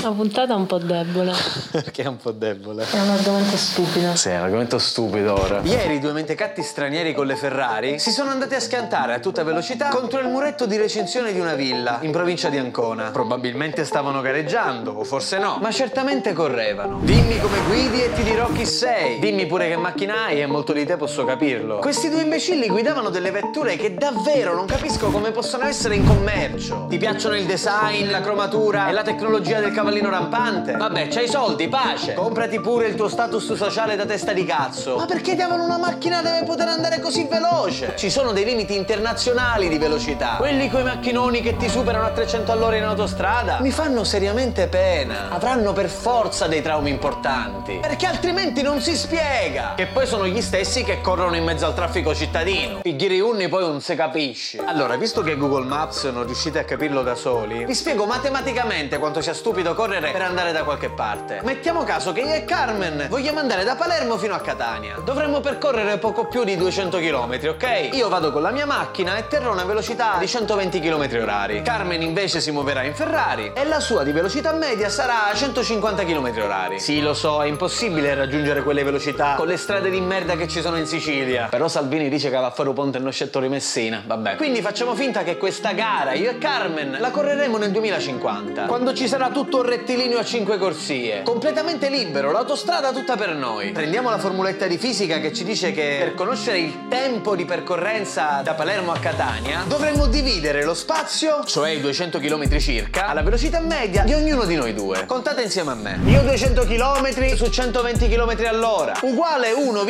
Una puntata un po' debole. Perché è un po' debole? È un argomento stupido. Sì, è un argomento stupido ora. Ieri due mentecatti stranieri con le Ferrari si sono andati a schiantare a tutta velocità contro il muretto di recinzione di una villa in provincia di Ancona. Probabilmente stavano gareggiando, o forse no, ma certamente correvano. Dimmi come guidi e ti dirò chi sei. Dimmi pure che macchina hai e molto di te posso capirlo. Questi due imbecilli guidavano delle vetture che davvero non capisco come possono essere in commercio. Ti piacciono il design, la cromatura e la tecnologia del cavallino rampante? Vabbè, c'hai soldi, pace. Comprati pure il tuo status sociale da testa di cazzo. Ma perché diavolo una macchina deve poter andare così veloce? Ci sono dei limiti internazionali di velocità. Quelli coi macchinoni che ti superano a 300 all'ora in autostrada mi fanno seriamente pena. Avranno per forza dei traumi importanti, perché altrimenti non si spiega. Che poi sono gli stessi che corrono in mezzo al traffico cittadino. I ghiriunni poi non si capisce. Allora, visto che Google Maps non riuscite a capirlo da soli, vi spiego matematicamente quanto sia stupido correre per andare da qualche parte. Mettiamo caso che io e Carmen vogliamo andare da Palermo fino a Catania. Dovremmo percorrere poco più di 200 km, ok? Io vado con la mia macchina e terrò una velocità di 120 km/h. Carmen invece si muoverà in Ferrari e la sua di velocità media sarà 150 km/h. Sì, lo so, è impossibile raggiungere quelle velocità con le strade di merda che ci sono in Sicilia. Però Salvini dice che va a fare un ponte e non scetto di Messina. Vabbè. Quindi facciamo finta che questa gara, io e Carmen, la correremo nel 2050. Quando ci sarà tutto un rettilineo a 5 corsie. Completamente libero, l'autostrada tutta per noi. Prendiamo la formuletta di fisica che ci dice che per conoscere il tempo di percorrenza da Palermo a Catania dovremmo dividere lo spazio, cioè i 200 km circa, alla velocità media di ognuno di noi due. Contate insieme a me. Io 200 km su 120 km all'ora uguale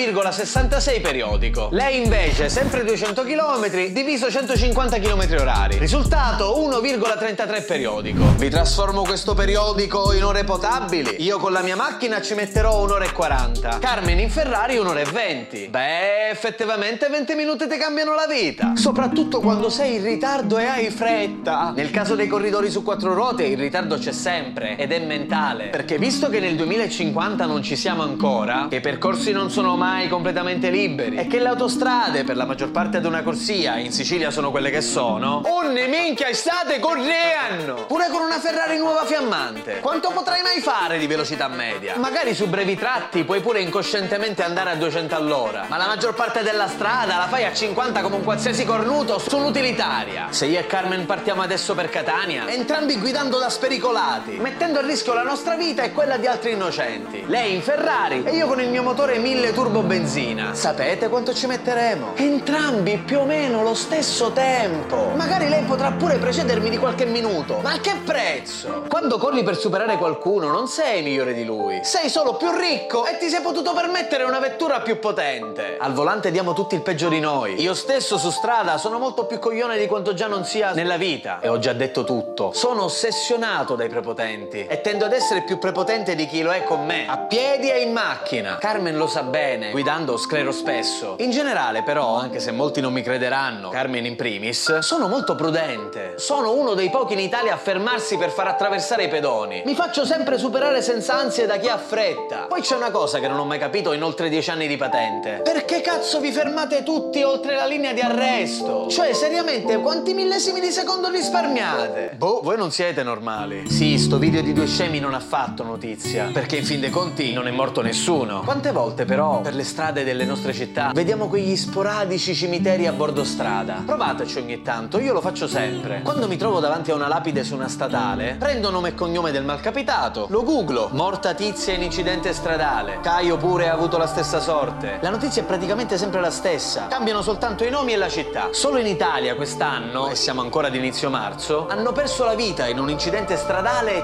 1,66 periodico. Lei invece sempre 200 km diviso 150 km/h. Risultato 1,33 periodico. Vi trasformo questo periodico in ore potabili. Io con la mia macchina ci metterò 1 ora e 40. Carmen in Ferrari 1 ora e 20. Beh, effettivamente 20 minuti ti cambiano la vita. Soprattutto quando sei in ritardo e hai fretta. Nel caso dei corridori su 4 ruote il ritardo c'è sempre ed è mentale. Perché visto che nel 2050 non ci siamo ancora, che i percorsi non sono mai completamente liberi e che le autostrade per la maggior parte ad una corsia in Sicilia sono quelle che sono, minchia state correndo! Pure con una Ferrari nuova fiammante. Quanto potrai mai fare di velocità media? Magari su brevi tratti puoi pure incoscientemente andare a 200 all'ora, ma la maggior parte della strada la fai a 50 come un qualsiasi cornuto sull'utilitaria. Se io e Carmen partiamo adesso per Catania, entrambi guidando da spericolati, mettendo a rischio la nostra vita e quella di altri innocenti. Lei in Ferrari e io con il mio motore 1000 turbo benzina. Sapete quanto ci metteremo? Entrambi più o meno lo stesso tempo. Magari lei potrà pure precedermi di qualche minuto. Ma a che prezzo? Quando corri per superare qualcuno non sei migliore di lui. Sei solo più ricco e ti sei potuto permettere una vettura più potente. Al volante diamo tutti il peggio di noi. Io stesso su strada sono molto più coglione di quanto già non sia nella vita. E ho già detto tutto. Sono ossessionato dai prepotenti e tendo ad essere più prepotente di chi lo è con me. A piedi e in macchina. Carmen lo sa bene. Guidando sclero spesso. In generale però, anche se molti non mi crederanno, Carmen in primis, sono molto prudente. Sono uno dei pochi in Italia a fermarsi per far attraversare i pedoni. Mi faccio sempre superare senza ansie da chi ha fretta. Poi c'è una cosa che non ho mai capito in oltre 10 anni di patente. Perché cazzo vi fermate tutti oltre la linea di arresto? Cioè, seriamente, quanti millesimi di secondo risparmiate? Boh, voi non siete normali. Sì, sto video di due scemi non ha fatto notizia, perché in fin dei conti non è morto nessuno. Quante volte però, per le strade delle nostre città, vediamo quegli sporadici cimiteri a bordo strada? Provateci ogni tanto, io lo faccio sempre. Quando mi trovo davanti a una lapide su una statale, prendo nome e cognome del malcapitato, lo googlo, morta tizia in incidente stradale, Caio pure ha avuto la stessa sorte. La notizia è praticamente sempre la stessa, cambiano soltanto i nomi e la città. Solo in Italia quest'anno, e siamo ancora ad inizio marzo, hanno perso la vita in un incidente stradale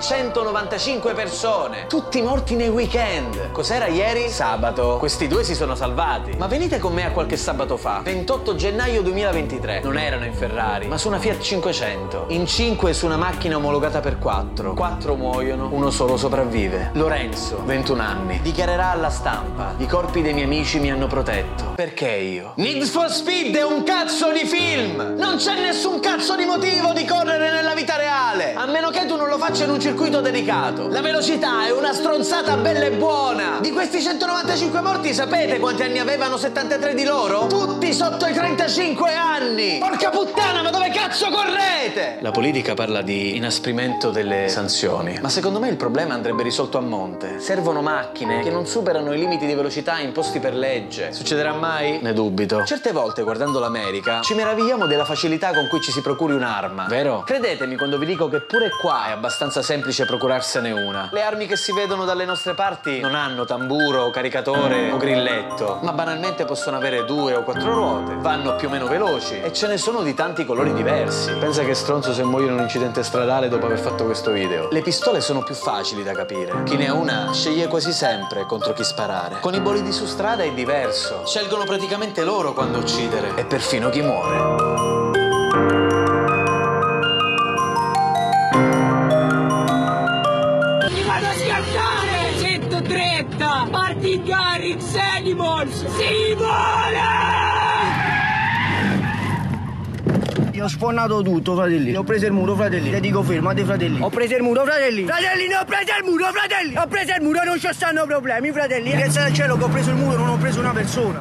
195 persone, tutti morti nei weekend. Cos'era ieri? Sabato. Questi due si sono salvati. Ma venite con me a qualche sabato fa, 28 gennaio 2023. Non erano in Ferrari, ma su una Fiat 500. In 5 su una macchina omologata per 4. 4 muoiono, uno solo sopravvive. Lorenzo, 21 anni, dichiarerà alla stampa: i corpi dei miei amici mi hanno protetto. Perché io? Need for Speed è un cazzo di film! Non c'è nessun cazzo di motivo di correre nella vita reale! A meno che tu non lo faccia faccia in un circuito dedicato. La velocità è una stronzata bella e buona. Di questi 195 morti sapete quanti anni avevano 73 di loro? Tutti sotto i 35 anni. Porca puttana, ma dove cazzo correte? La politica parla di inasprimento delle sanzioni, ma secondo me il problema andrebbe risolto a monte. Servono macchine che non superano i limiti di velocità imposti per legge. Succederà mai? Ne dubito. Certe volte, guardando l'America, ci meravigliamo della facilità con cui ci si procuri un'arma, vero? Credetemi quando vi dico che pure qua è abbastanza semplice procurarsene una. Le armi che si vedono dalle nostre parti non hanno tamburo, caricatore o grilletto, ma banalmente possono avere 2 o 4 ruote, vanno più o meno veloci e ce ne sono di tanti colori diversi. Pensa che stronzo se muoio in un incidente stradale dopo aver fatto questo video. Le pistole sono più facili da capire. Chi ne ha una sceglie quasi sempre contro chi sparare. Con i bolidi su strada è diverso. Scelgono praticamente loro quando uccidere e perfino chi muore. Martin Garrix Animals si vola! Io ho sfondato tutto, fratelli. Ho preso il muro, fratelli. Ti dico fermate, fratelli. Ho preso il muro, fratelli. Fratelli, ne ho preso il muro, fratelli. Ho preso il muro, non ci stanno problemi, fratelli. Grazie al cielo che ho preso il muro, non ho preso una persona.